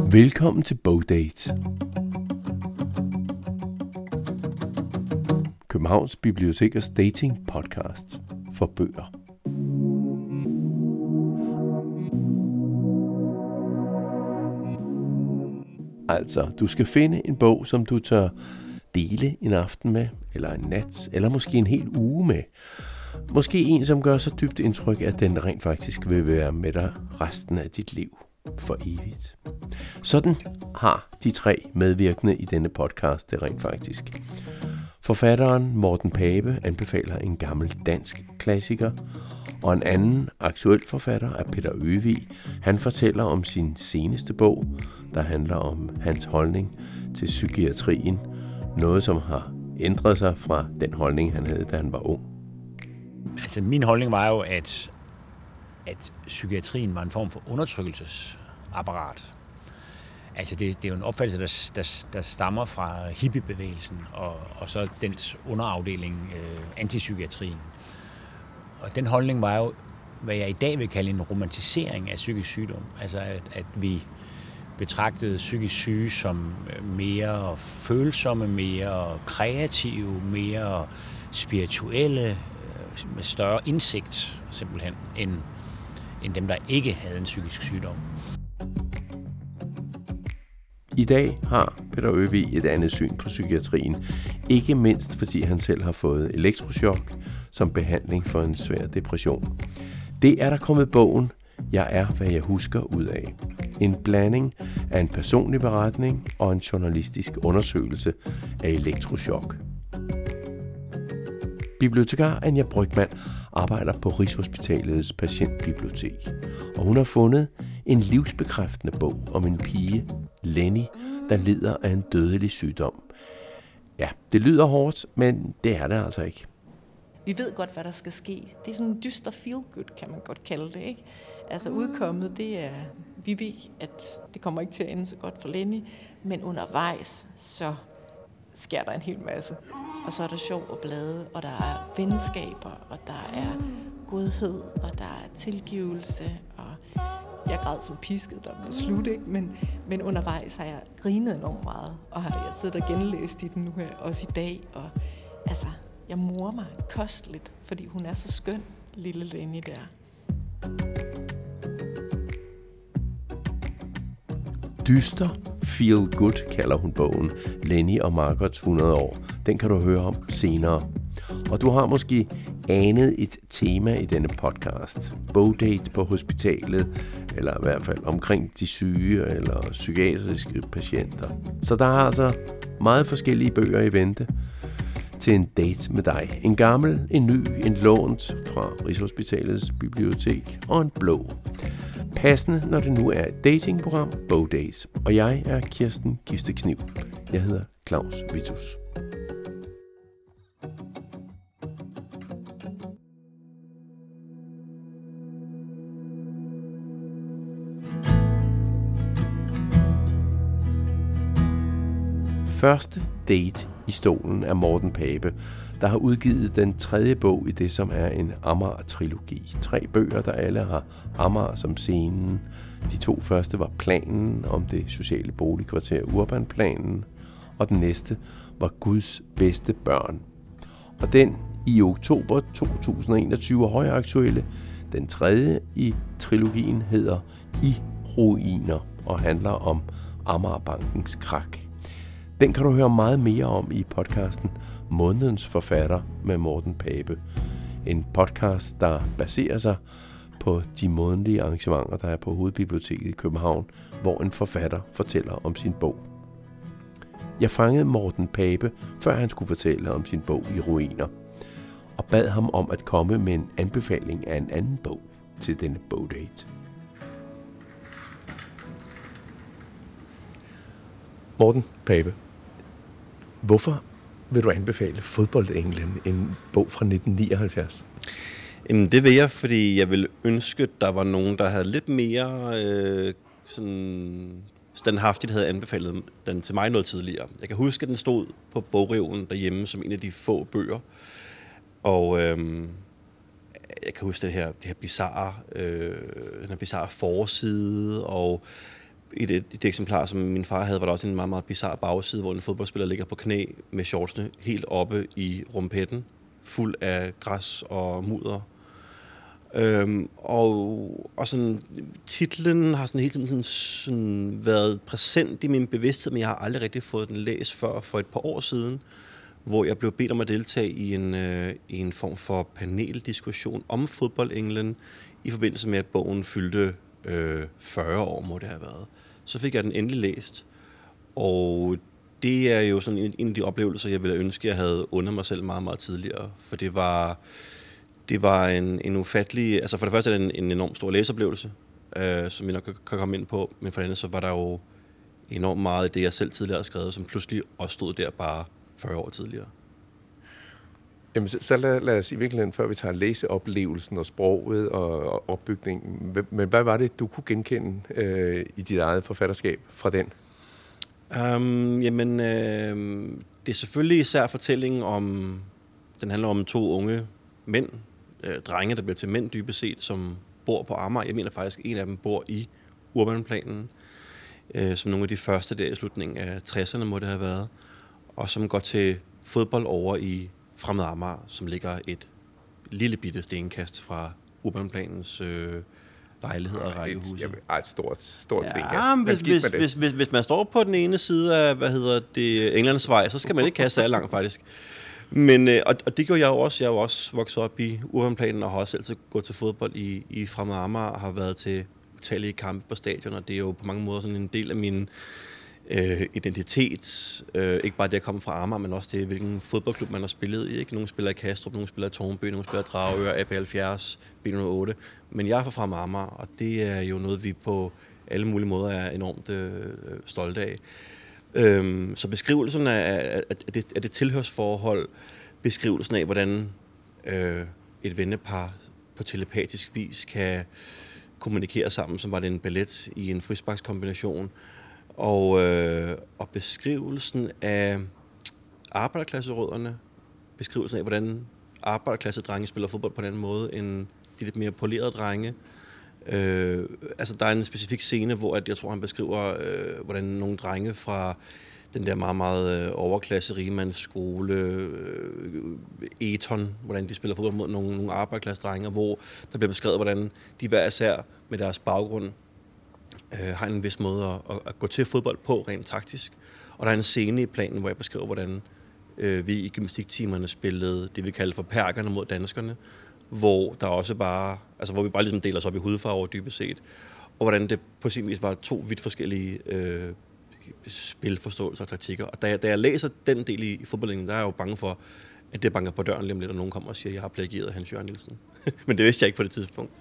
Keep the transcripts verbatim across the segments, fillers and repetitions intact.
Velkommen til Bogdate. Københavns Bibliotekers dating podcast for bøger. Altså, du skal finde en bog, som du tør dele en aften med, eller en nat, eller måske en hel uge med. Måske en, som gør så dybt indtryk, at den rent faktisk vil være med dig resten af dit liv for evigt. Sådan har de tre medvirkende i denne podcast det rent faktisk. Forfatteren Morten Pape anbefaler en gammel dansk klassiker, og en anden aktuel forfatter er Peter Øvig. Han fortæller om sin seneste bog, der handler om hans holdning til psykiatrien. Noget, som har ændret sig fra den holdning, han havde, da han var ung. Altså, min holdning var jo, at, at psykiatrien var en form for undertrykkelsesapparat. Altså, det, det er jo en opfattelse, der, der, der stammer fra hippiebevægelsen og, og så dens underafdeling, øh, antipsykiatrien. Og den holdning var jo, hvad jeg i dag vil kalde en romantisering af psykisk sygdom. Altså, at, at vi betragtede psykisk syge som mere følsomme, mere kreative, mere spirituelle, med større indsigt simpelthen, end, end dem, der ikke havde en psykisk sygdom. I dag har Peter Øvig et andet syn på psykiatrien. Ikke mindst fordi han selv har fået elektrochok som behandling for en svær depression. Det er der kommet bogen Jeg er, hvad jeg husker ud af. En blanding af en personlig beretning og en journalistisk undersøgelse af elektrochok. Bibliotekar Anja Brygmann arbejder på Rigshospitalets patientbibliotek, og hun har fundet en livsbekræftende bog om en pige, Lenny, der lider af en dødelig sygdom. Ja, det lyder hårdt, men det er det altså ikke. Vi ved godt, hvad der skal ske. Det er sådan en dyster feel-good, kan man godt kalde det, ikke? Altså udkommet, det er, vi ved, at det kommer ikke til at ende så godt for Lenny, men undervejs, så sker der en hel masse. Og så er der sjov og blade, og der er venskaber, og der er godhed, og der er tilgivelse, og jeg græd som pisket, der blev slut, ikke? Men, men undervejs har jeg grinet enormt meget, og har jeg siddet og genlæst i den nu her, også i dag, og altså, jeg morer mig kosteligt, fordi hun er så skøn, lille Lenny der. Dyster feel good kalder hun bogen, Lenny og Margots hundrede år. Den kan du høre om senere. Og du har måske anet et tema i denne podcast. Bogdate på hospitalet, eller i hvert fald omkring de syge eller psykiatriske patienter. Så der er altså meget forskellige bøger i vente til en date med dig. En gammel, en ny, en lånt fra Rigshospitalets bibliotek og en blå. Passende, når det nu er et datingprogram, Bogdates. Og jeg er Kirsten Giftekniv. Jeg hedder Claus Vitus. Første date i stolen er Morten Pape, der har udgivet den tredje bog i det, som er en Amager-trilogi. Tre bøger, der alle har Amager som scenen. De to første var Planen om det sociale boligkvarter Urbanplanen, og den næste var Guds bedste børn. Og den i oktober to tusind og enogtyve højaktuelle, den tredje i trilogien, hedder I ruiner og handler om Amagerbankens krak. Den kan du høre meget mere om i podcasten Månedens Forfatter med Morten Pape. En podcast, der baserer sig på de månedlige arrangementer, der er på Hovedbiblioteket i København, hvor en forfatter fortæller om sin bog. Jeg fangede Morten Pape, før han skulle fortælle om sin bog I ruiner, og bad ham om at komme med en anbefaling af en anden bog til denne bogdate. Morten Pape, hvorfor vil du anbefale Fodboldenglen, en bog fra nitten nioghalvfjerds? Jamen, det vil jeg, fordi jeg ville ønske, der var nogen, der havde lidt mere øh, sådan standhaftigt havde anbefalet den til mig noget tidligere. Jeg kan huske, at den stod på bogreolen derhjemme som en af de få bøger. Og øh, jeg kan huske det her, det her bizarre, øh, den her bizarre forside, og I det, i det eksemplar, som min far havde, var der også en meget, meget bizarre bagside, hvor en fodboldspiller ligger på knæ med shortsene helt oppe i rumpetten, fuld af græs og mudder. Øhm, og, og sådan, titlen har sådan hele tiden sådan, sådan været præsent i min bevidsthed, men jeg har aldrig rigtig fået den læst før for et par år siden, hvor jeg blev bedt om at deltage i en, øh, i en form for paneldiskussion om fodbold England, i forbindelse med, at bogen fyldte øh, fyrre år, må det have været. Så fik jeg den endelig læst, og det er jo sådan en, en af de oplevelser, jeg ville ønske, jeg havde undet mig selv meget, meget tidligere, for det var... Det var en, en ufattelig... Altså for det første er det en, en enorm stor læseoplevelse, øh, som vi nok kan, kan komme ind på, men for det andet så var der jo enormt meget af det, jeg selv tidligere har skrevet, som pludselig også stod der bare fyrre år tidligere. Jamen, så, så lad, lad os i virkeligheden, før vi tager læseoplevelsen og sproget og, og opbygningen, men hvad var det, du kunne genkende øh, i dit eget forfatterskab fra den? Um, jamen, øh, det er selvfølgelig især fortællingen om... Den handler om to unge mænd, øh, drenge, der bliver til mænd dybest set, som bor på Amager. Jeg mener faktisk, at en af dem bor i Urbanplanen, øh, som nogle af de første der i slutningen af tresserne må det have været, og som går til fodbold over i Fremad Amager, som ligger et lille bitte stenkast fra Urbanplanens øh, lejligheder og rækkehuse. Jamen, et stort, stort ja, stenkast. Hvis, hvis, hvis, hvis, hvis man står på den ene side af, hvad hedder det, Englandsvej, så skal man ikke kaste særlig langt faktisk. Men, øh, og, og det gjorde jeg jo også. Jeg er jo også vokset op i Urbanplanen og har også altid gået til fodbold i, i Fremad Amager og har været til utallige kampe på stadion, og det er jo på mange måder sådan en del af min øh, identitet. Øh, ikke bare det at komme fra Amager, men også det, hvilken fodboldklub man har spillet i. Ikke? Nogle spiller i Kastrup, nogle spiller i Tornby, nogle spiller i Dragør, A P halvfjerds, B et nul otte. Men jeg er fra Fremad Amager, og det er jo noget, vi på alle mulige måder er enormt øh, stolte af. Øhm, så beskrivelsen af, af, af, det, af det tilhørsforhold, beskrivelsen af, hvordan øh, et vennepar på telepatisk vis kan kommunikere sammen, som var det en ballet i en frisparkskombination, og, øh, og beskrivelsen af arbejderklasserødderne, beskrivelsen af, hvordan arbejderklassedrenge spiller fodbold på en anden måde end de lidt mere polerede drenge. Øh, altså der er en specifik scene, hvor at, jeg tror, han beskriver, øh, hvordan nogle drenge fra den der meget, meget øh, overklasse rigemandsskole, øh, Eton, hvordan de spiller fodbold mod nogle, nogle arbejderklassedrenge, hvor der bliver beskrevet, hvordan de hver især med deres baggrund øh, har en vis måde at, at gå til fodbold på, rent taktisk. Og der er en scene i planen, hvor jeg beskriver, hvordan øh, vi i gymnastiktimerne spillede det, vi kalder for perkerne mod danskerne, hvor der også bare, altså hvor vi bare ligesom deler os op i hudfarver dybest set, og hvordan det på sin vis var to vidt forskellige øh, spilforståelser og taktikker. Og da jeg, da jeg læser den del i, i fodboldingen, der er jeg jo bange for, at det banker på døren lige om lidt, og nogen kommer og siger, at jeg har plagieret Hans Jørgen Nielsen. Men det vidste jeg ikke på det tidspunkt.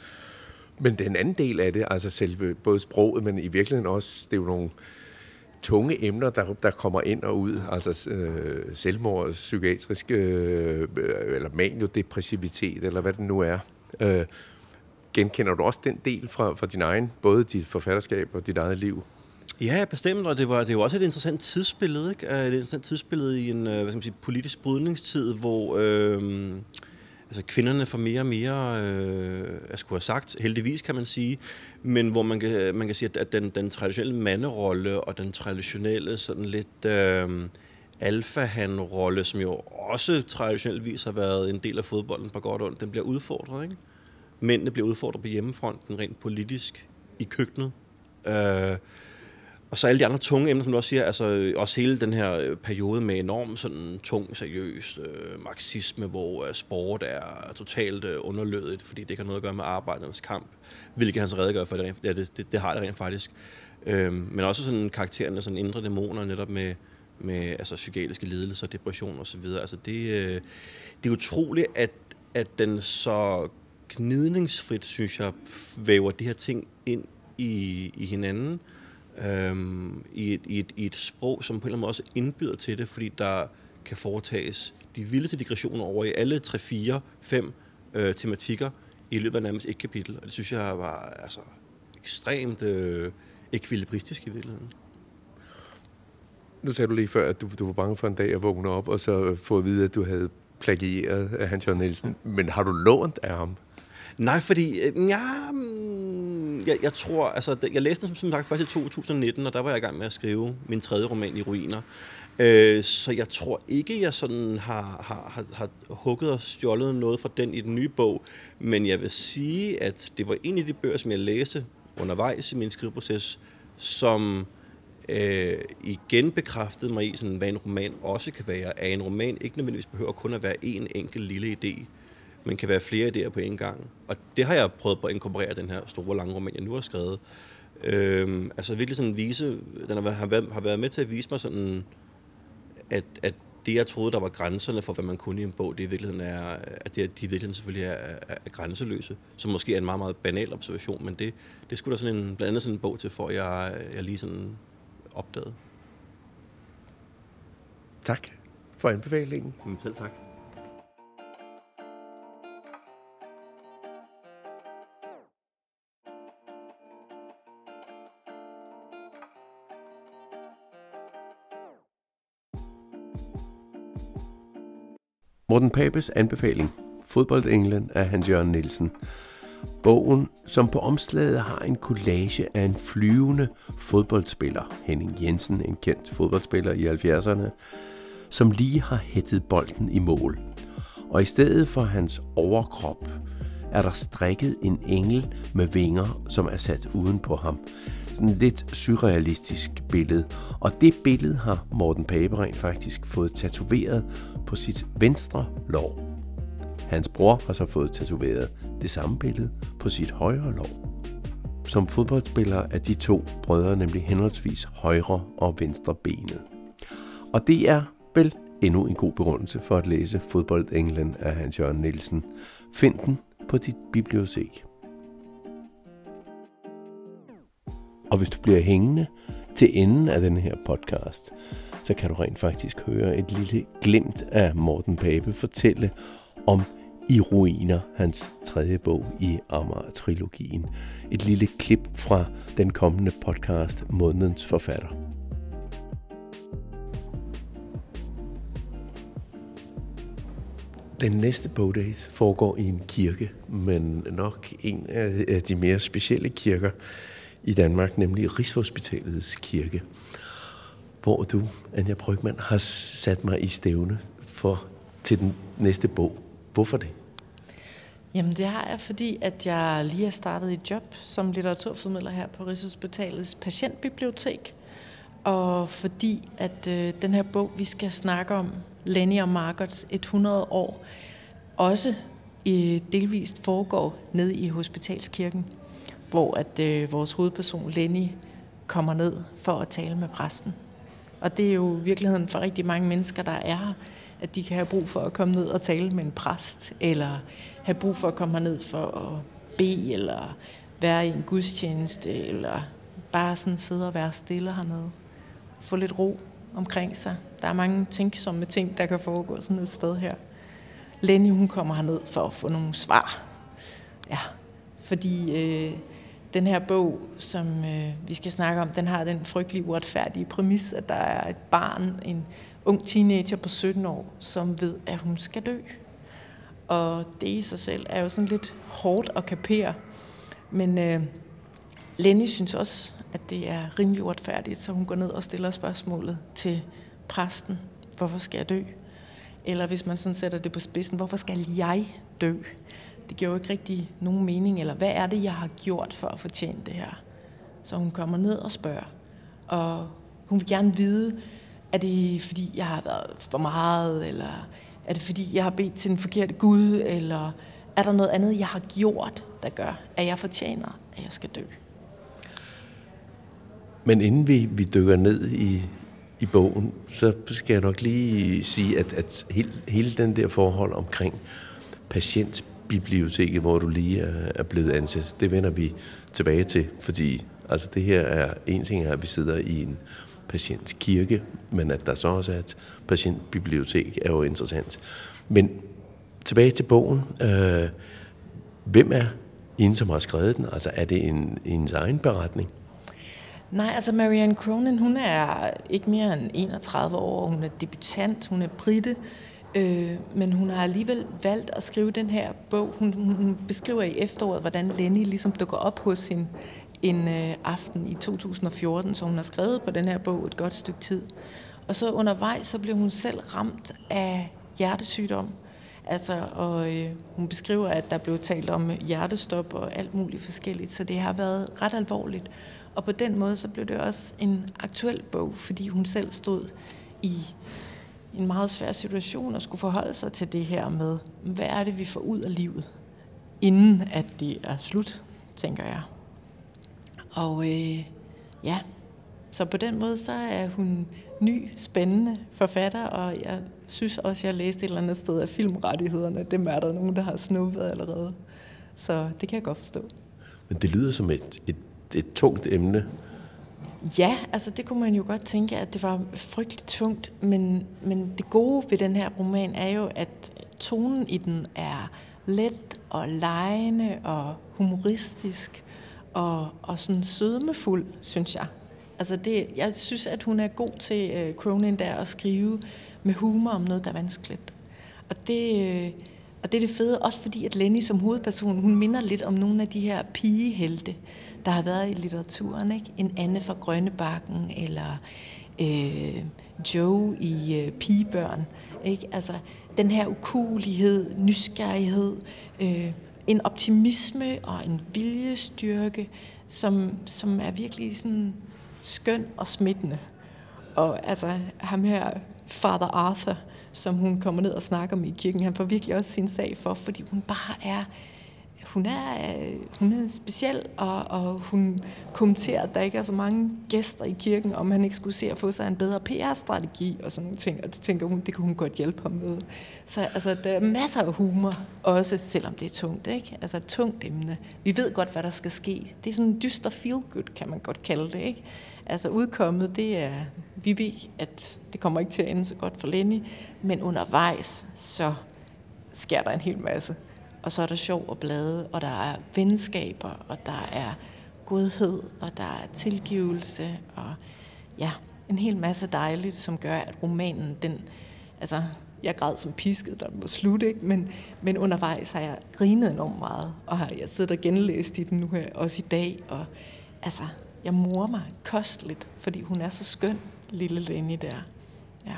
Men den anden del af det, altså selve både sproget, men i virkeligheden også, det er jo nogle tunge emner, der, der kommer ind og ud, altså øh, selvmord, psykiatrisk, øh, eller maniodepressivitet, eller hvad det nu er. Øh, genkender du også den del fra, fra din egen, både dit forfatterskab og dit eget liv? Ja, bestemt, og det var, det var også et interessant tidsbillede, ikke? Et interessant tidsbillede i en hvad skal man sige, politisk brydningstid, hvor øh, altså kvinderne får mere og mere, øh, jeg skulle have sagt, heldigvis kan man sige, men hvor man kan, man kan sige, at den, den traditionelle manderolle og den traditionelle sådan lidt øh, alfahan-rolle, som jo også traditioneltvis har været en del af fodbolden på godt og ondt, den bliver udfordret, ikke? Mændene bliver udfordret på hjemmefronten, rent politisk, i køkkenet. Øh, Og så alle de andre tunge emner, som du også siger, altså også hele den her periode med enormt sådan tung, seriøs øh, marxisme, hvor øh, sport er totalt øh, underlødigt, fordi det ikke har noget at gøre med arbejdernes kamp, hvilket han så redegør for, det, ja, det, det, det har det rent faktisk. Øh, men også sådan karaktererne, sådan indre dæmoner, netop med, med altså, psykiatriske lidelser, depression og så videre. Altså det, øh, det er utroligt, at, at den så gnidningsfrit, synes jeg, væver de her ting ind i, i hinanden. Øhm, i, et, i, et, i et sprog, som på en eller anden måde også indbyder til det, fordi der kan foretages de vildeste digressioner over i alle tre, fire, fem øh, tematikker i løbet af nærmest et kapitel. Og det synes jeg var altså, ekstremt øh, ekvilibristisk i virkeligheden. Nu sagde du lige før, at du, du var bange for en dag at vågne op, og så få at vide, at du havde plagieret af Hans Jørgen Nielsen. Men har du lånt af ham? Nej, fordi ja, jeg, jeg tror, altså, jeg læste den som sagt først i to tusind nitten, og der var jeg i gang med at skrive min tredje roman i ruiner. Øh, så jeg tror ikke, jeg sådan har, har, har, har hugget og stjålet noget fra den i den nye bog, men jeg vil sige, at det var en af de bøger, som jeg læste undervejs i min skriveproces, som øh, igen bekræftede mig i, sådan, hvad en roman også kan være. At en roman ikke nødvendigvis behøver kun at være en enkelt lille idé, men kan være flere idéer på en gang. Og det har jeg prøvet på at inkorporere den her store, lange roman, jeg nu har skrevet. Øhm, altså virkelig sådan vise, den har været, har været med til at vise mig sådan, at, at det, jeg troede, der var grænserne for, hvad man kunne i en bog, det i virkeligheden er, at de, de virkeligheden selvfølgelig er, er, er grænseløse, som måske er en meget, meget banal observation, men det, det skulle der sådan en, blandt andet sådan en bog til, for at jeg, jeg lige sådan opdagede. Tak for anbefalingen. Selv tak. Morten Papes anbefaling, Fodboldenglen af Hans Jørgen Nielsen. Bogen, som på omslaget har en collage af en flyvende fodboldspiller, Henning Jensen, en kendt fodboldspiller i halvfjerdserne, som lige har hættet bolden i mål. Og i stedet for hans overkrop er der strikket en engel med vinger, som er sat uden på ham. Sådan et lidt surrealistisk billede. Og det billede har Morten Pape rent faktisk fået tatoveret på sit venstre lår. Hans bror har så fået tatoveret det samme billede på sit højre lår. Som fodboldspiller er de to brødre nemlig henholdsvis højre og venstre benet. Og det er vel endnu en god begrundelse for at læse Fodboldenglen af Hans Jørgen Nielsen. Find den på dit bibliotek. Og hvis du bliver hængende til enden af den her podcast, så kan du rent faktisk høre et lille glimt af Morten Pape fortælle om I ruiner, hans tredje bog i Amager-trilogien. Et lille klip fra den kommende podcast Månedens Forfatter. Den næste bogdays foregår i en kirke, men nok en af de mere specielle kirker i Danmark, nemlig Rigshospitalets kirke, hvor du, Anja Brygmann, har sat mig i stævne for til den næste bog. Hvorfor det? Jamen det har jeg, fordi at jeg lige har startet et job som litteraturformidler her på Rigshospitalets patientbibliotek, og fordi at øh, den her bog, vi skal snakke om, Lenny og Margots hundrede år, også øh, delvist foregår nede i Hospitalskirken, hvor at øh, vores hovedperson Lenny kommer ned for at tale med præsten. Og det er jo virkeligheden for rigtig mange mennesker, der er her, at de kan have brug for at komme ned og tale med en præst, eller have brug for at komme herned for at bede, eller være i en gudstjeneste, eller bare sådan sidde og være stille hernede. Få lidt ro omkring sig. Der er mange tænksomme ting, der kan foregå sådan et sted her. Lenny, hun kommer herned for at få nogle svar. Ja, fordi øh, den her bog, som øh, vi skal snakke om, den har den frygtelige uretfærdige præmis, at der er et barn, en ung teenager på sytten år, som ved, at hun skal dø. Og det i sig selv er jo sådan lidt hårdt at kapere. Men øh, Lenny synes også, at det er rimelig uretfærdigt, så hun går ned og stiller spørgsmålet til præsten. Hvorfor skal jeg dø? Eller hvis man sådan sætter det på spidsen, hvorfor skal jeg dø? Det giver jo ikke rigtig nogen mening. Eller hvad er det, jeg har gjort for at fortjene det her? Så hun kommer ned og spørger. Og hun vil gerne vide, er det fordi, jeg har været for meget? Eller er det fordi, jeg har bedt til den forkerte Gud? Eller er der noget andet, jeg har gjort, der gør, at jeg fortjener, at jeg skal dø? Men inden vi, vi dykker ned i, i bogen, så skal jeg nok lige sige, at, at hele, hele den der forhold omkring patientbiblioteket, hvor du lige er, er blevet ansat, det vender vi tilbage til, fordi altså, det her er en ting, at vi sidder i en patientkirke, men at der så også er et patientbibliotek, er jo interessant. Men tilbage til bogen. Øh, hvem er en, som har skrevet den? Altså er det en, ens egen beretning? Nej, altså Marianne Cronin, hun er ikke mere end enogtredive år, hun er debutant, hun er brite, Øh, men hun har alligevel valgt at skrive den her bog. Hun, hun beskriver i efteråret, hvordan Lenny ligesom dukker op hos hende en øh, aften i to tusind og fjorten, så hun har skrevet på den her bog et godt stykke tid. Og så undervejs, så blev hun selv ramt af hjertesygdom. Altså, og øh, hun beskriver, at der blev talt om hjertestop og alt muligt forskelligt, så det har været ret alvorligt. Og på den måde, så blev det også en aktuel bog, fordi hun selv stod i en meget svær situation og skulle forholde sig til det her med, hvad er det, vi får ud af livet, inden at det er slut, tænker jeg. Og øh, ja, så på den måde, så er hun ny, spændende forfatter, og jeg synes også, jeg læste et eller andet sted af filmrettighederne. Dem er der nogen, der har snuppet allerede. Så det kan jeg godt forstå. Men det lyder som et, et, et tungt emne. Ja, altså det kunne man jo godt tænke, at det var frygteligt tungt, men, men det gode ved den her roman er jo, at tonen i den er let og legende og humoristisk og, og sådan sødmefuld, synes jeg. Altså det, jeg synes, at hun er god til, uh, Cronin, der at skrive med humor om noget, der er vanskeligt. Og det, uh, og det er det fede, også fordi at Lenny som hovedperson, hun minder lidt om nogle af de her pigehelte, der har været i litteraturen, ikke? En Anne fra Grønnebakken, eller øh, Joe i øh, Pigebørn, ikke? Altså den her ukuelighed, nysgerrighed, øh, en optimisme og en viljestyrke, som, som er virkelig sådan skøn og smittende. Og altså ham her, Father Arthur, som hun kommer ned og snakker med i kirken, han får virkelig også sin sag for, fordi hun bare er Hun er, hun er speciel, og, og hun kommenterer, at der ikke er så mange gæster i kirken, om han ikke skulle se at få sig en bedre P R-strategi og sådan nogle ting, og det tænker hun, det kunne hun godt hjælpe ham med. Så altså, der er masser af humor, også selvom det er tungt, ikke? Altså et tungt emne. Vi ved godt, hvad der skal ske. Det er sådan en dyster feel-good, kan man godt kalde det, ikke? Altså udkommet, det er, vi ved, at det kommer ikke til at ende så godt for Lenny, men undervejs, så sker der en hel masse. Og så er der sjov og blade, og der er venskaber, og der er godhed, og der er tilgivelse, og ja, en hel masse dejligt, som gør, at romanen, den, altså, jeg græd som pisket, der var slut, ikke? Men, men undervejs har jeg grinet enormt meget, og har jeg siddet og genlæst i den nu her, også i dag, og altså, jeg morer mig kosteligt, fordi hun er så skøn, lille Lenny der, ja.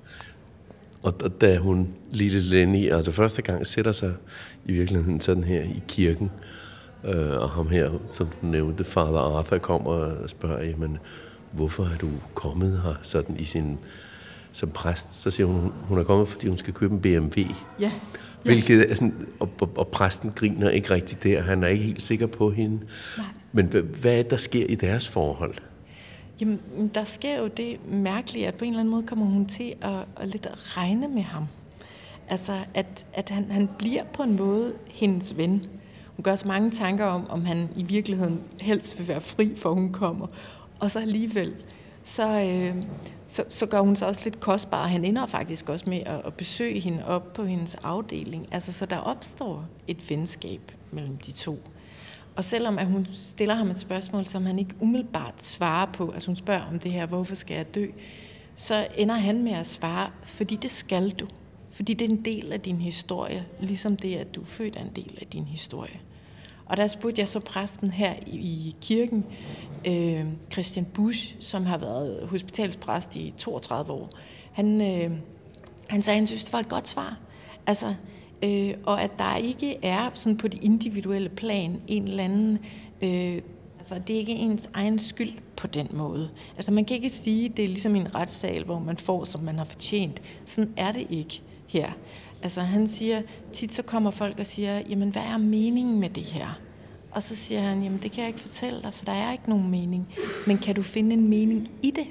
Og da hun, lille Lenny, altså første gang sætter sig i virkeligheden sådan her i kirken, øh, og ham her, som du nævnte, Father Arthur, kommer og spørger, jamen, hvorfor er du kommet her sådan i sin, som præst? Så siger hun, hun er kommet, fordi hun skal købe en B M W. Ja. Hvilket er sådan, og, og, og præsten griner ikke rigtigt der, han er ikke helt sikker på hende. Nej. Men hvad er det, der sker i deres forhold? Jamen, der sker jo det mærkelige, at på en eller anden måde kommer hun til at, at lidt at regne med ham. Altså, at, at han, han bliver på en måde hendes ven. Hun gør så mange tanker om, om han i virkeligheden helst vil være fri, for hun kommer. Og så alligevel, så, øh, så, så gør hun sig også lidt kostbar. Han ender faktisk også med at, at besøge hende op på hendes afdeling. Altså, så der opstår et venskab mellem de to. Og selvom at hun stiller ham et spørgsmål, som han ikke umiddelbart svarer på, altså hun spørger om det her, hvorfor skal jeg dø, så ender han med at svare, fordi det skal du. Fordi det er en del af din historie, ligesom det, at du er født, er en del af din historie. Og der spurgte jeg så præsten her i, i kirken, øh, Christian Busch, som har været hospitalspræst i toogtredive år. Han, øh, han sagde, at han synes, det var et godt svar. Altså, Øh, og at der ikke er sådan på det individuelle plan en eller anden, øh, altså det er ikke ens egen skyld på den måde. Altså man kan ikke sige, at det er ligesom en retssal, hvor man får, som man har fortjent. Sådan er det ikke her. Altså han siger, tit så kommer folk og siger, jamen hvad er meningen med det her? Og så siger han, jamen det kan jeg ikke fortælle dig, for der er ikke nogen mening. Men kan du finde en mening i det?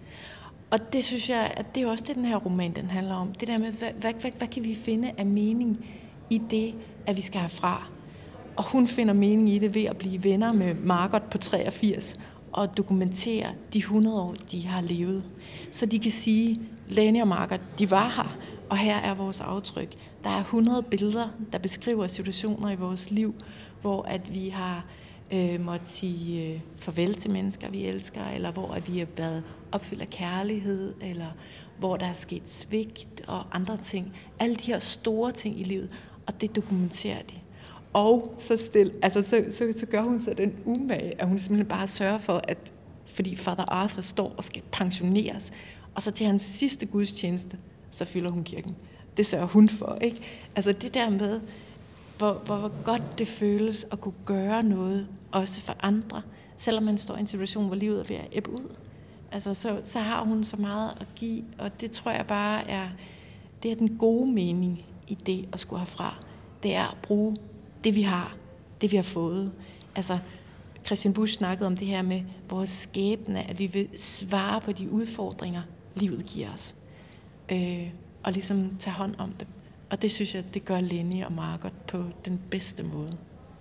Og det synes jeg, at det er også det, den her roman, den handler om. Det der med, hvad, hvad, hvad, hvad kan vi finde af mening i det, at vi skal herfra? Og hun finder mening i det ved at blive venner med Margot på treogfirs og dokumentere de hundrede år, de har levet. Så de kan sige, Lenny og Margot, de var her, og her er vores aftryk. Der er hundrede billeder, der beskriver situationer i vores liv, hvor at vi har øh, måtte sige øh, farvel til mennesker, vi elsker, eller hvor at vi har været opfyldt af kærlighed, eller hvor der er sket svigt og andre ting. Alle de her store ting i livet, og det dokumenterer de. Og så, stil, altså, så, så, så gør hun så den umage, at hun simpelthen bare sørger for, at fordi Father Arthur står og skal pensioneres, og så til hans sidste gudstjeneste, så fylder hun kirken. Det sørger hun for, ikke? Altså det der med, hvor, hvor, hvor godt det føles at kunne gøre noget, også for andre, selvom man står i en situation, hvor livet er ved at ebbe ud. Altså så, så har hun så meget at give, og det tror jeg bare er, det er den gode mening i det at skulle herfra. Det er at bruge det, vi har, det vi har fået. Altså Christian Busch snakkede om det her med vores skæbne, at vi vil svare på de udfordringer, livet giver os. Øh, og ligesom tage hånd om dem. Og det synes jeg, det gør Lenny og Margot på den bedste måde.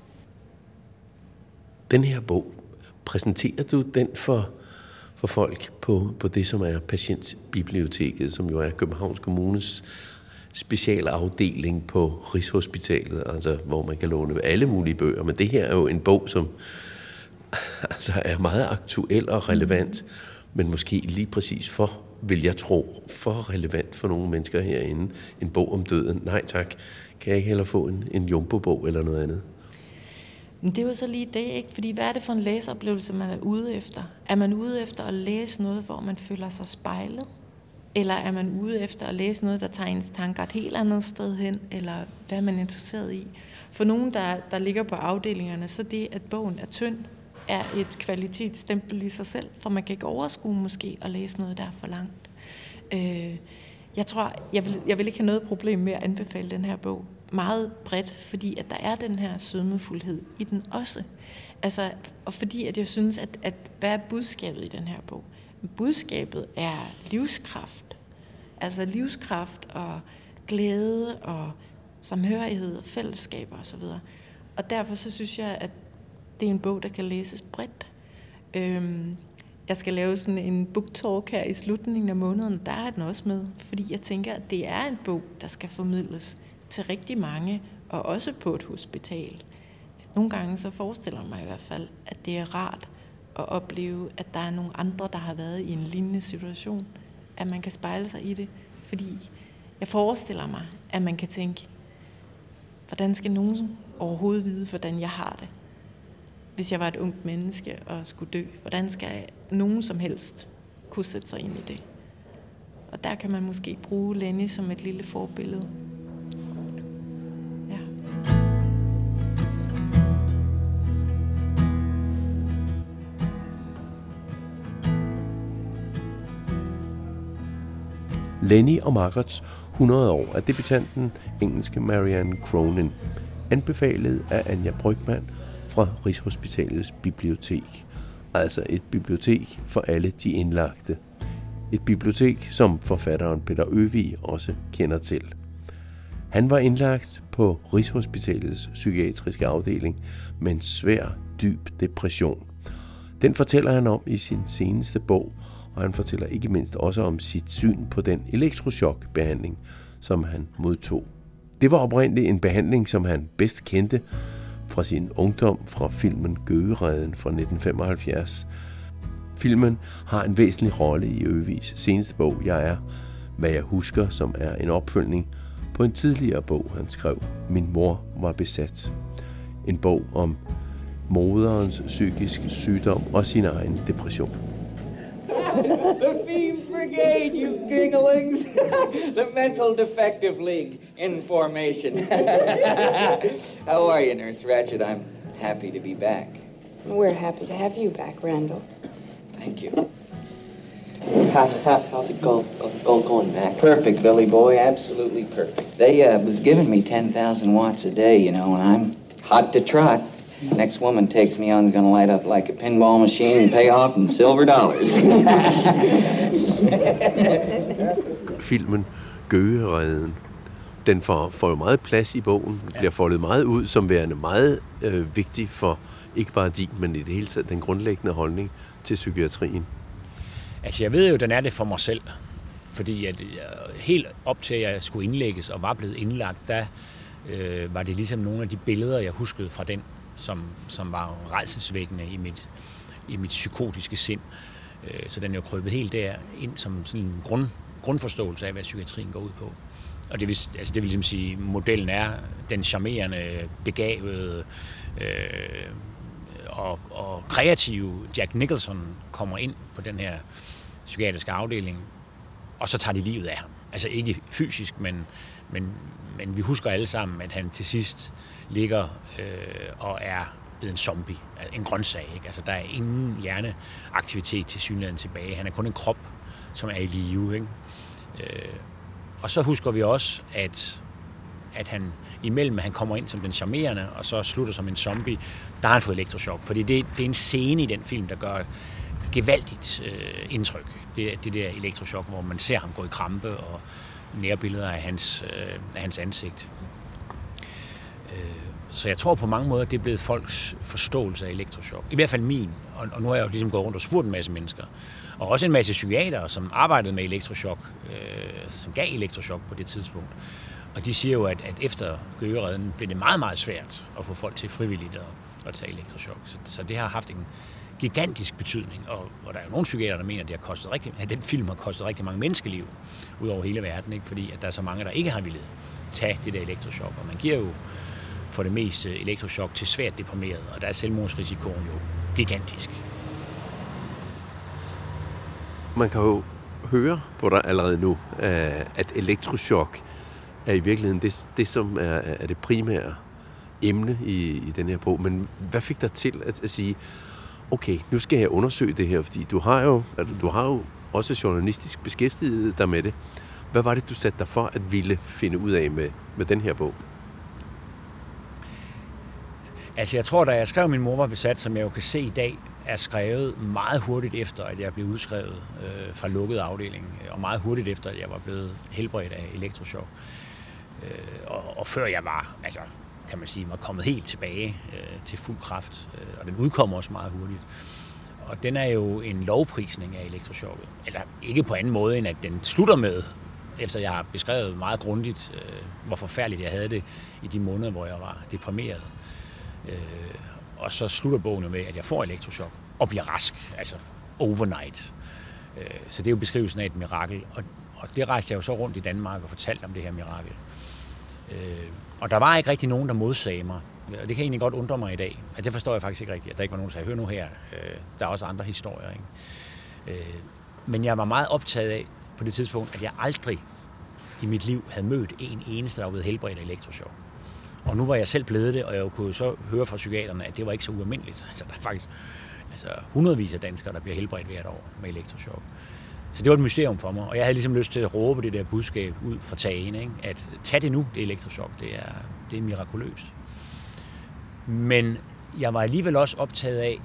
Den her bog, præsenterer du den for, for folk på, på det, som er Patientbiblioteket, som jo er Københavns Kommunes specialafdeling på Rigshospitalet, altså hvor man kan låne alle mulige bøger. Men det her er jo en bog, som altså er meget aktuel og relevant, men måske lige præcis for, vil jeg tro, for relevant for nogle mennesker herinde. En bog om døden. Nej tak, kan jeg ikke heller få en, en jumbo-bog eller noget andet? Men det er jo så lige det, ikke? Fordi hvad er det for en læseoplevelse, man er ude efter? Er man ude efter at læse noget, hvor man føler sig spejlet? Eller er man ude efter at læse noget, der tager ens tanker et helt andet sted hen? Eller hvad er man interesseret i? For nogen, der, der ligger på afdelingerne, så det, at bogen er tynd, er et kvalitetsstempel i sig selv, for man kan ikke overskue måske at læse noget, der er for langt. Øh, jeg tror, jeg vil, jeg vil ikke have noget problem med at anbefale den her bog meget bredt, fordi at der er den her sødmefuldhed i den også. Altså, og fordi at jeg synes, at, at hvad er budskabet i den her bog? Budskabet er livskraft. Altså livskraft og glæde og samhørighed og fællesskaber osv. Og derfor så synes jeg, at det er en bog, der kan læses bredt. Øhm, jeg skal lave sådan en book talk her i slutningen af måneden, der er den også med, fordi jeg tænker, at det er en bog, der skal formidles til rigtig mange, og også på et hospital. Nogle gange så forestiller jeg mig i hvert fald, at det er rart at opleve, at der er nogle andre, der har været i en lignende situation, at man kan spejle sig i det, fordi jeg forestiller mig, at man kan tænke, hvordan skal nogen overhovedet vide, hvordan jeg har det? Hvis jeg var et ungt menneske og skulle dø, hvordan skal nogen som helst kunne sætte sig ind i det? Og der kan man måske bruge Lenny som et lille forbillede. Ja. Lenny og Margots hundrede år af debutanten engelske Marianne Cronin, anbefalet af Anja Brygmann fra Rigshospitalets bibliotek. Altså et bibliotek for alle de indlagte. Et bibliotek, som forfatteren Peter Øvig også kender til. Han var indlagt på Rigshospitalets psykiatriske afdeling med en svær, dyb depression. Den fortæller han om i sin seneste bog, og han fortæller ikke mindst også om sit syn på den elektrochokbehandling, som han modtog. Det var oprindeligt en behandling, som han bedst kendte fra sin ungdom fra filmen Gøgereden fra nitten femoghalvfjerds. Filmen har en væsentlig rolle i Øvigs seneste bog, Jeg er, hvad jeg husker, som er en opfølgning på en tidligere bog, han skrev, Min mor var besat. En bog om moderens psykiske sygdom og sin egen depression. The Fiend Brigade, you ginglings! The Mental Defective League in formation. How are you, Nurse Ratched? I'm happy to be back. We're happy to have you back, Randall. Thank you. How, how, how's it go, go, going back? Perfect, Billy boy, absolutely perfect. They uh, was giving me ten thousand watts a day, you know, and I'm hot to trot. Next woman takes me on is gonna light up like a pinball machine and pay off in silver dollars. Filmen Gøgereden. Den får, får jo meget plads i bogen, ja. Bliver foldet meget ud som værende meget øh, vigtig for ikke bare din, men i det hele taget den grundlæggende holdning til psykiatrien. Altså jeg ved jo, den er det for mig selv, fordi at, helt op til at jeg skulle indlægges og var blevet indlagt, der øh, var det ligesom nogle af de billeder, jeg huskede fra den, som, som var rædselsvækkende i mit, i mit psykotiske sind. Så den er jo krøbet helt der ind som sådan en grund, grundforståelse af, hvad psykiatrien går ud på. Og det vil, altså det vil ligesom sige, at modellen er den charmerende, begavede øh, og, og kreative Jack Nicholson kommer ind på den her psykiatriske afdeling, og så tager de livet af ham. Altså ikke fysisk, men, men, men vi husker alle sammen, at han til sidst ligger øh, og er blevet en zombie, en grøntsag. Ikke? Altså der er ingen hjerneaktivitet til synligheden tilbage. Han er kun en krop, som er i live. Ikke? Øh, og så husker vi også, at, at han imellem, at han kommer ind som den charmerende, og så slutter som en zombie, der har han fået elektrochok. Fordi det, det er en scene i den film, der gør gevaldigt øh, indtryk. Det, det der elektrochok, hvor man ser ham gå i krampe og nærbilleder af hans, øh, af hans ansigt. Øh, så jeg tror på mange måder, det er blevet folks forståelse af elektrochok. I hvert fald min. Og, og nu har jeg jo ligesom gået rundt og spurgt en masse mennesker. Og også en masse psykiatere, som arbejdede med elektrochok, øh, som gav elektrochok på det tidspunkt. Og de siger jo, at, at efter Gøgeredden blev det meget, meget svært at få folk til frivilligt at, at tage elektrochok. Så, så det har haft en gigantisk betydning, og, og der er jo nogle psykiatere, der mener, at, det har kostet rigtig, at den film har kostet rigtig mange menneskeliv ud over hele verden, ikke? Fordi at der er så mange, der ikke har villet tage det der elektrochok, og man giver jo for det meste elektrochok til svært deprimeret, og der er selvmordsrisikoen jo gigantisk. Man kan jo høre på dig allerede nu, at elektrochok er i virkeligheden det, det som er, er det primære emne i, i den her bog. Men hvad fik dig til at, at sige, okay, nu skal jeg undersøge det her, fordi du har jo, du har jo også journalistisk beskæftiget dig med det. Hvad var det, du satte dig for at ville finde ud af med, med den her bog? Altså, jeg tror, da jeg skrev Min mor var besat, som jeg jo kan se i dag, er skrevet meget hurtigt efter, at jeg blev udskrevet øh, fra lukket afdeling, og meget hurtigt efter, at jeg var blevet helbredt af elektrochok. Øh, og, og før jeg var, altså, kan man sige, var kommet helt tilbage øh, til fuld kraft, øh, og den udkommer også meget hurtigt. Og den er jo en lovprisning af elektrochokket. Eller ikke på anden måde, end at den slutter med, efter jeg har beskrevet meget grundigt, øh, hvor forfærdeligt jeg havde det i de måneder, hvor jeg var deprimeret. Øh, og så slutter bogen jo med, at jeg får elektrochok og bliver rask, altså overnight. Øh, så det er jo beskrivelsen af et mirakel. Og, og det rejste jeg jo så rundt i Danmark og fortalte om det her mirakel. Øh, og der var ikke rigtig nogen, der modsagde mig. Og det kan egentlig godt undre mig i dag. At det forstår jeg faktisk ikke rigtigt. At der ikke var nogen, der sagde, hør nu her, øh, der er også andre historier. Ikke? Øh, men jeg var meget optaget af på det tidspunkt, at jeg aldrig i mit liv havde mødt en eneste, der var blevet helbredt af elektrochok. Og nu var jeg selv blevet det, og jeg kunne så høre fra psykiaterne, at det var ikke så ualmindeligt. Altså, der er faktisk altså, hundredvis af danskere, der bliver helbredt hvert år med elektrochok. Så det var et mysterium for mig, og jeg havde ligesom lyst til at råbe det der budskab ud fra tagen, ikke? At tag det nu, det er elektrochok, det er, det er mirakuløst. Men jeg var alligevel også optaget af,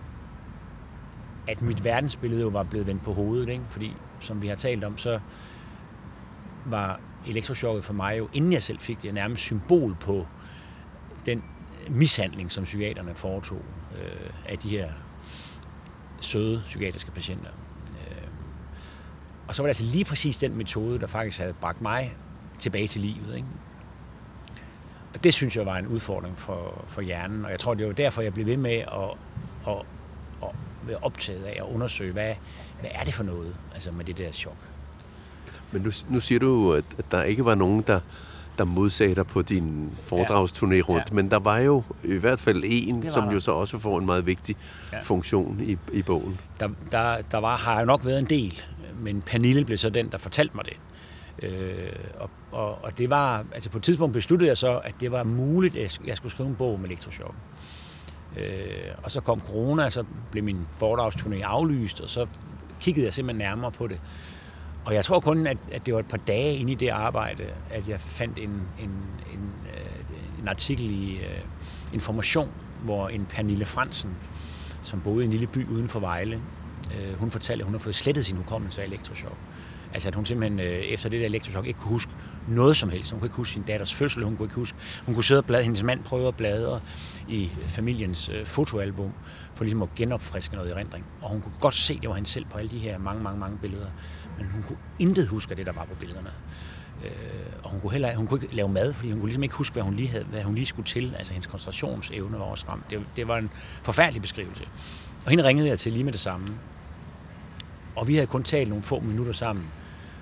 at mit verdensbillede jo var blevet vendt på hovedet, ikke? Fordi som vi har talt om, så var elektrochokket for mig jo, inden jeg selv fik det, nærmest symbol på den mishandling, som psykiaterne foretog øh, af de her søde psykiatriske patienter. Øh, og så var det altså lige præcis den metode, der faktisk havde bragt mig tilbage til livet, ikke? Og det synes jeg var en udfordring for, for hjernen, og jeg tror, det var derfor, jeg blev ved med at, at, at være optaget af at undersøge, hvad, hvad er det for noget, altså med det der chok. Men nu, nu siger du jo, at, at der ikke var nogen, der, der modsagde dig på din foredragsturné rundt, ja. Men der var jo i hvert fald en, som der. jo så også får en meget vigtig ja. funktion i, i bogen. Der, der, der var, har jo nok været en del, men Pernille blev så den, der fortalte mig det. Øh, og, og, og det var, altså på et tidspunkt besluttede jeg så, at det var muligt, at jeg skulle skrive en bog om elektrochok. Øh, og så kom corona, og så blev min foredragsturné aflyst, og så kiggede jeg simpelthen nærmere på det. Og jeg tror kun, at, at det var et par dage inde i det arbejde, at jeg fandt en, en, en, en artikel i uh, Information, hvor en Pernille Fransen, som boede i en lille by uden for Vejle, uh, hun fortalte, at hun har fået slettet sin hukommelse af elektrochok. Altså at hun simpelthen uh, efter det der elektrochok ikke kunne huske noget som helst. Hun kunne ikke huske sin datters fødsel, hun kunne ikke huske. Hun kunne sidde og bladre, hendes mand prøvede at bladre i familiens uh, fotoalbum, for ligesom at genopfriske noget erindring. Og hun kunne godt se, at det var hende selv på alle de her mange, mange, mange billeder. Men hun kunne intet huske det, der var på billederne. Øh, og hun kunne heller hun kunne ikke lave mad, fordi hun kunne ligesom ikke huske, hvad hun lige havde, hvad hun lige skulle til. Altså hendes koncentrationsevne var også ramt. Det, det var en forfærdelig beskrivelse. Og hende ringede jeg til lige med det samme. Og vi havde kun talt nogle få minutter sammen,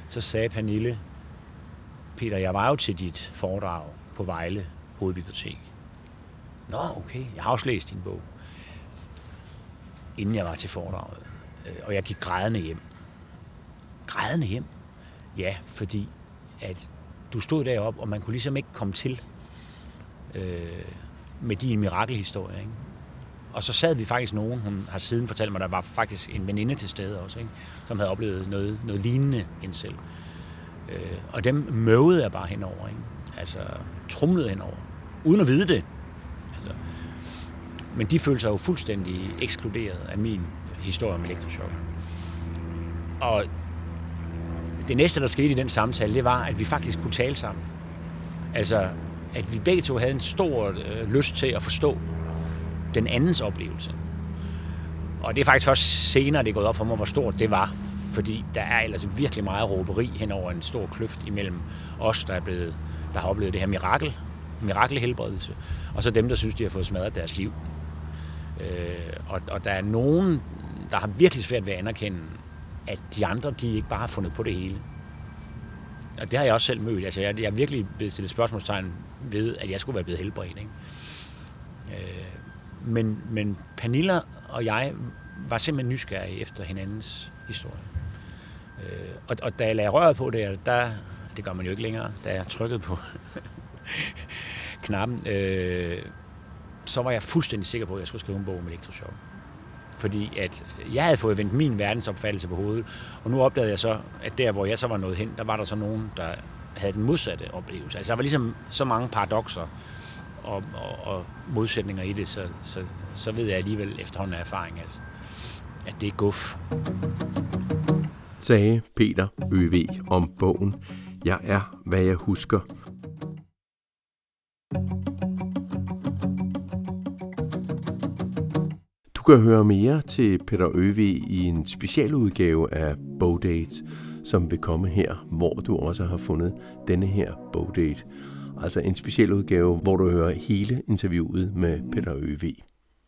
så sagde Pernille, Peter, jeg var jo til dit foredrag på Vejle Hovedbibliotek. Nå, okay, jeg har også læst din bog, inden jeg var til foredraget. Og jeg gik grædende hjem. Grædende hjem? Ja, fordi at du stod deroppe, og man kunne ligesom ikke komme til øh, med din mirakelhistorie, ikke? Og så sad vi faktisk nogen, hun har siden fortalt mig, der var faktisk en veninde til stede også, ikke? Som havde oplevet noget, noget lignende end selv. Øh, og dem møvede jeg bare henover, ikke? Altså trumlede henover, uden at vide det. Altså, men de følte sig jo fuldstændig ekskluderet af min historie om elektrochok. Og det næste, der skete i den samtale, det var, at vi faktisk kunne tale sammen. Altså, at vi begge to havde en stor øh, lyst til at forstå den andens oplevelse. Og det er faktisk først senere, det er gået op for mig, hvor stort det var. Fordi der er ellers virkelig meget råberi hen over en stor kløft imellem os, der, er blevet, der har oplevet det her mirakel, mirakelhelbredelse, og så dem, der synes, de har fået smadret deres liv. Øh, og, og der er nogen, der har virkelig svært ved at anerkende, at de andre, de ikke bare har fundet på det hele. Og det har jeg også selv mødt. Altså, jeg, jeg er virkelig blevet stillet spørgsmålstegn ved, at jeg skulle være blevet helbredt, ikke? Øh, men, men Pernille og jeg var simpelthen nysgerrige efter hinandens historie. Øh, og, og da jeg lagde røret på det, der, det gør man jo ikke længere, da jeg trykkede på knappen, øh, så var jeg fuldstændig sikker på, at jeg skulle skrive en bog om elektrochok. Fordi at jeg havde fået vendt min verdensopfattelse på hovedet, og nu opdagede jeg så, at der, hvor jeg så var nået hen, der var der så nogen, der havde den modsatte oplevelse. Altså der var ligesom så mange paradokser og, og, og modsætninger i det, så, så, så ved jeg alligevel efterhånden af erfaring, at, at det er guf. Sagde Peter Øvig om bogen Jeg er, hvad jeg husker. Du kan høre mere til Peter Øvig i en specialudgave af Bogdate, som vil komme her, hvor du også har fundet denne her Bogdate. Altså en specialudgave, hvor du hører hele interviewet med Peter Øvig.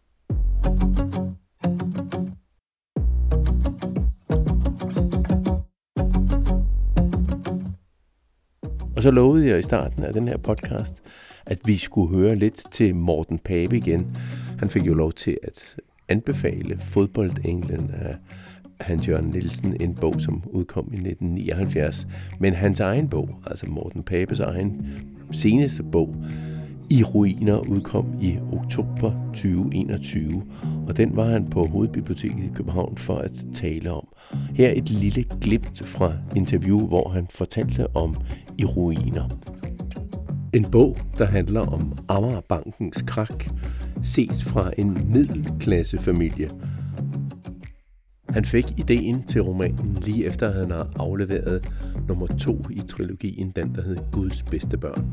Og så lovede jeg i starten af den her podcast, at vi skulle høre lidt til Morten Pape igen. Han fik jo lov til at anbefale Fodboldenglen af Hans Jørgen Nielsen, en bog, som udkom i nitten nioghalvfjerds. Men hans egen bog, altså Morten Papes egen seneste bog, I ruiner, udkom i oktober tyve enogtyve, og den var han på Hovedbiblioteket i København for at tale om. Her et lille glimt fra interview, hvor han fortalte om I ruiner. En bog, der handler om Amagerbankens krak, set fra en middelklassefamilie. Han fik ideen til romanen lige efter, at han har afleveret nummer to i trilogien, den der hed Guds bedste børn.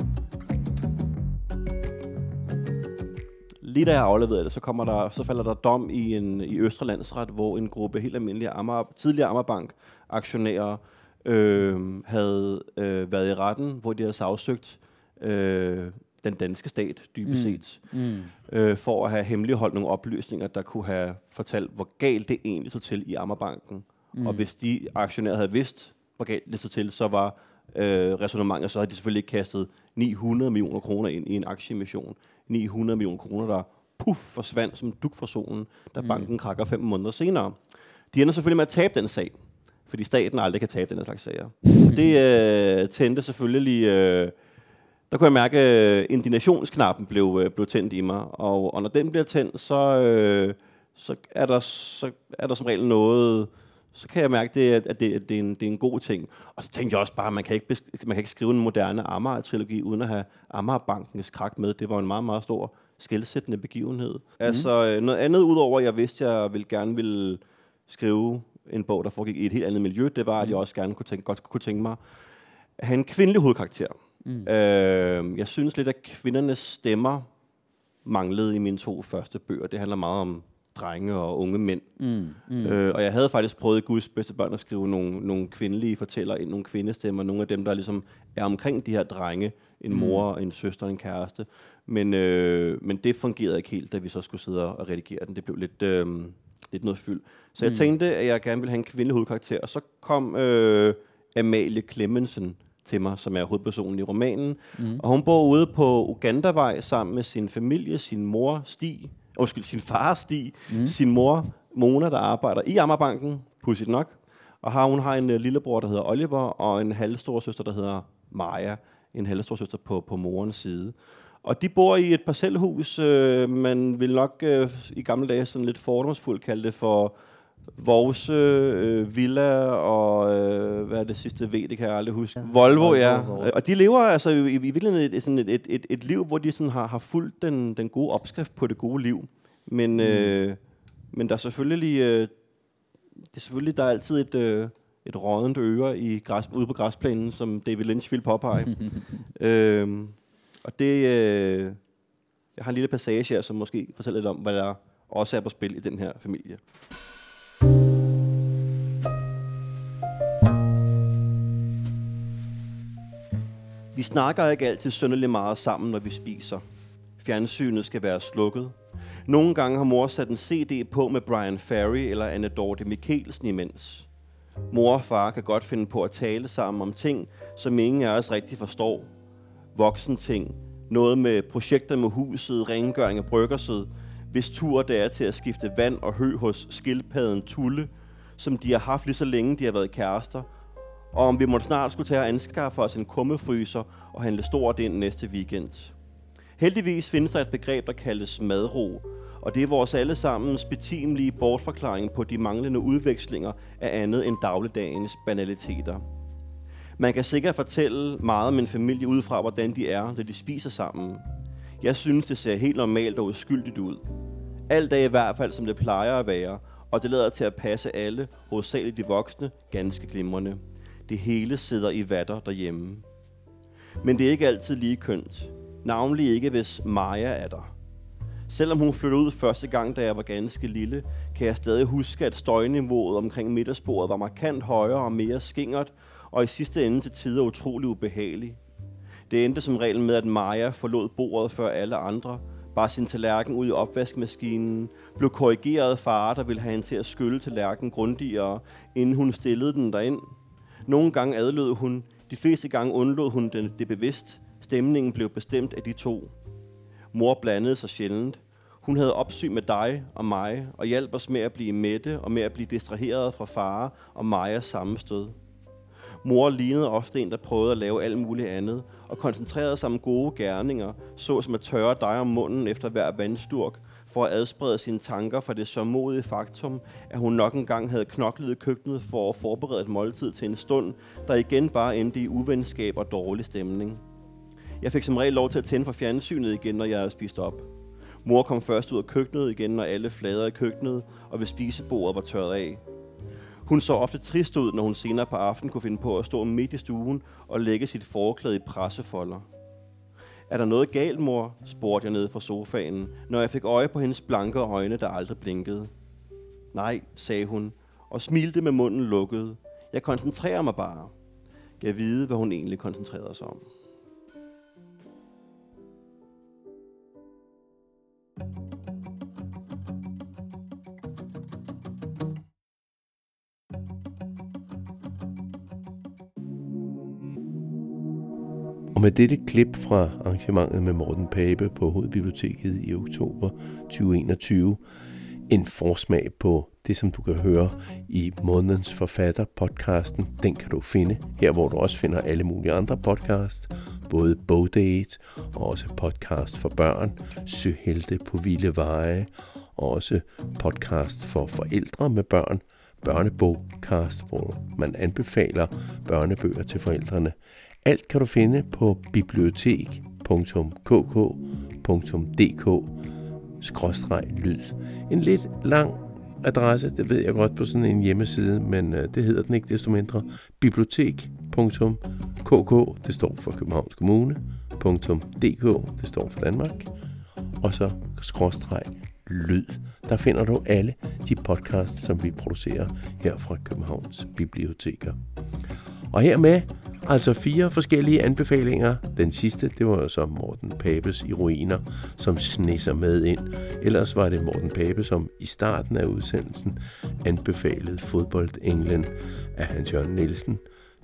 Lige da jeg afleverede det, så, kommer der, så falder der dom i, en, i Østre Landsret, hvor en gruppe helt almindelige Amager, tidligere Amagerbank-aktionærer øh, havde øh, været i retten, hvor de havde sagsøgt øh, den danske stat, dybest set, mm. Mm. Øh, for at have hemmeligholdt nogle oplysninger, der kunne have fortalt, hvor galt det egentlig stod til i Amagerbanken. Mm. Og hvis de aktionærer havde vidst, hvor galt det stod til, så var øh, ræsonnementet, så havde de selvfølgelig kastet ni hundrede millioner kroner ind i en aktieemission. ni hundrede millioner kroner, der puff forsvandt som dug fra solen, da mm. banken krakker fem måneder senere. De ender selvfølgelig med at tabe den sag, fordi staten aldrig kan tabe den slags sager. Mm. Det øh, tændte selvfølgelig... Øh, der kunne jeg mærke, at indignationsknappen blev, øh, blev tændt i mig, og, og når den bliver tændt, så, øh, så, er der, så er der som regel noget... Så kan jeg mærke, det, at, det, at det, er en, det er en god ting. Og så tænkte jeg også bare, at man kan ikke, besk- man kan ikke skrive en moderne Amager-trilogi, uden at have Amagerbankens krak med. Det var en meget, meget stor skelsættende begivenhed. Mm. Altså noget andet, udover at jeg vidste, at jeg ville gerne ville skrive en bog, der foregik i et helt andet miljø, det var, at jeg også gerne kunne tænke, godt kunne tænke mig at have en kvindelig hovedkarakter. Mm. Øh, jeg synes lidt, at kvindernes stemmer manglede i mine to første bøger. Det handler meget om drenge og unge mænd. Mm, mm. Øh, og jeg havde faktisk prøvet i Guds bedste børn at skrive nogle, nogle kvindelige fortællere ind, nogle kvindestemmer, nogle af dem, der ligesom er omkring de her drenge, en mm. mor, en søster, en kæreste. Men, øh, men det fungerede ikke helt, da vi så skulle sidde og redigere den. Det blev lidt, øh, lidt noget fyld. Så jeg mm. tænkte, at jeg gerne ville have en kvindelig hovedkarakter, og så kom øh, Amalie Clemmensen til mig, som er hovedpersonen i romanen. Mm. Og hun bor ude på Ugandavej sammen med sin familie, sin mor Stig, undskyld, sin far Stig, mm. sin mor Mona, der arbejder i Amagerbanken, pudsigt nok. Og har, hun har en uh, lillebror, der hedder Oliver, og en halvstor søster, der hedder Maja, en halvstor søster på, på morens side. Og de bor i et parcelhus, øh, man vil nok øh, i gamle dage sådan lidt fordomsfuldt kalde det for Vores øh, Villa og øh, hvad er det sidste V, det kan jeg aldrig huske. Ja. Volvo, ja. Volvo. Og de lever altså i, i virkeligheden et, sådan et, et, et, et liv, hvor de sådan har, har fulgt den, den gode opskrift på det gode liv. Men, mm. øh, men der er selvfølgelig, øh, det er selvfølgelig der er altid et, øh, et rådent øre i græs, ude på græsplænen, som David Lynch ville påpege. øh, og det, øh, jeg har en lille passage her, som måske fortæller lidt om, hvad der også er på spil i den her familie. Vi snakker ikke altid synderligt meget sammen, når vi spiser. Fjernsynet skal være slukket. Nogle gange har mor sat en C D på med Brian Ferry eller Anne Dorthe Mikkelsen imens. Mor og far kan godt finde på at tale sammen om ting, som ingen af os rigtig forstår. Voksenting, noget med projekter med huset, rengøring af bryggerset, hvis tur det er til at skifte vand og hø hos skildpadden Tulle, som de har haft lige så længe de har været kærester, og om vi måtte snart skulle tage at anskaffe os en kummefryser og handle stort ind næste weekend. Heldigvis findes der et begreb, der kaldes madro, og det er vores allesammens betimelige bortforklaring på de manglende udvekslinger af andet end dagligdagens banaliteter. Man kan sikkert fortælle meget om en familie ud fra, hvordan de er, når de spiser sammen. Jeg synes, det ser helt normalt og uskyldigt ud. Alt er i hvert fald, som det plejer at være, og det lader til at passe alle, hovedsageligt de voksne, ganske glimrende. Det hele sidder i vatter derhjemme. Men det er ikke altid lige kønt. Navnlig ikke, hvis Maja er der. Selvom hun flyttede ud første gang, da jeg var ganske lille, kan jeg stadig huske, at støjniveauet omkring middagsbordet var markant højere og mere skingert, og i sidste ende til tider utrolig ubehagelig. Det endte som regel med, at Maja forlod bordet før alle andre, bar sin tallerken ud i opvaskemaskinen, blev korrigeret af far, der ville have hende til at skylle tallerken grundigere, inden hun stillede den derind. Nogle gange adlød hun, de fleste gange undlod hun det, det bevidst. Stemningen blev bestemt af de to. Mor blandede sig sjældent. Hun havde opsyn med dig og mig, og hjalp os med at blive mætte og med at blive distraheret fra far og Majas sammenstød. Mor lignede ofte en, der prøvede at lave alt muligt andet, og koncentrerede sig om gode gerninger, såsom at tørre dig om munden efter hver vandsturk, for at adsprede sine tanker fra det sørgmodige faktum, at hun nok engang havde knoklet i køkkenet for at forberede et måltid til en stund, der igen bare endte i uvenskab og dårlig stemning. Jeg fik som regel lov til at tænde for fjernsynet igen, når jeg havde spist op. Mor kom først ud af køkkenet igen, når alle flader i køkkenet og ved spisebordet var tørret af. Hun så ofte trist ud, når hun senere på aftenen kunne finde på at stå midt i stuen og lægge sit forklæde i pressefolder. Er der noget galt, mor? Spurgte jeg nede fra sofaen, når jeg fik øje på hendes blanke øjne, der aldrig blinkede. Nej, sagde hun, og smilte med munden lukket. Jeg koncentrerer mig bare. Jeg vide, hvad hun egentlig koncentrerede sig om. Og med dette klip fra arrangementet med Morten Pape på Hovedbiblioteket i oktober tyve enogtyve, en forsmag på det, som du kan høre i månedens forfatter-podcasten. Den kan du finde her, hvor du også finder alle mulige andre podcasts, både Bogdate og også podcast for børn, Søhelte på vilde veje, og også podcast for forældre med børn, børnebogcast, hvor man anbefaler børnebøger til forældrene. Alt kan du finde på bibliotek punktum k k punktum d k skråstreg lyd. En lidt lang adresse, det ved jeg godt på sådan en hjemmeside, men det hedder den ikke desto mindre. bibliotek punktum k k, det står for Københavns Kommune, .dk, det står for Danmark, og så skråstreg lyd. Der finder du alle de podcasts, som vi producerer her fra Københavns Biblioteker. Og hermed altså fire forskellige anbefalinger. Den sidste, det var jo så Morten Papes I ruiner, som snisser med ind. Ellers var det Morten Pape, som i starten af udsendelsen anbefalede Fodbold England af Hans Jørgen Nielsen,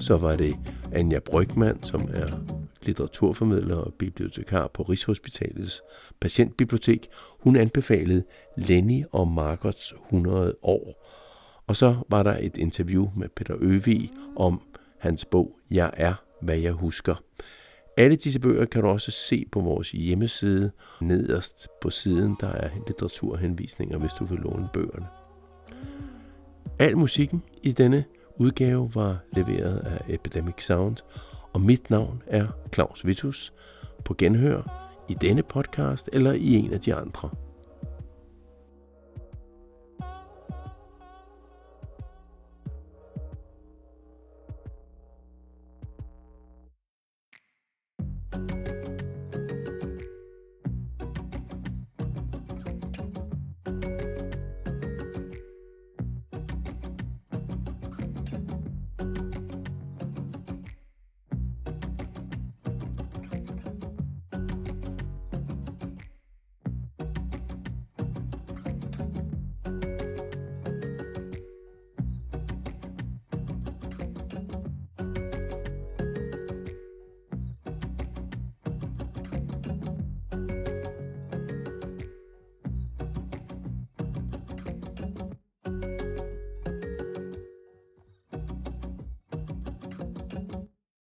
Så var det Anja Brygmann, som er litteraturformidler og bibliotekar på Rigshospitalets patientbibliotek. Hun anbefalede Lenny og Margots hundrede år. Og så var der et interview med Peter Øvig om hans bog Jeg er, hvad jeg husker. Alle disse bøger kan du også se på vores hjemmeside. Nederst på siden, der er litteraturhenvisninger, hvis du vil låne bøgerne. Al musikken i denne udgave var leveret af Epidemic Sound, og mit navn er Claus Vittus. På genhør i denne podcast eller i en af de andre.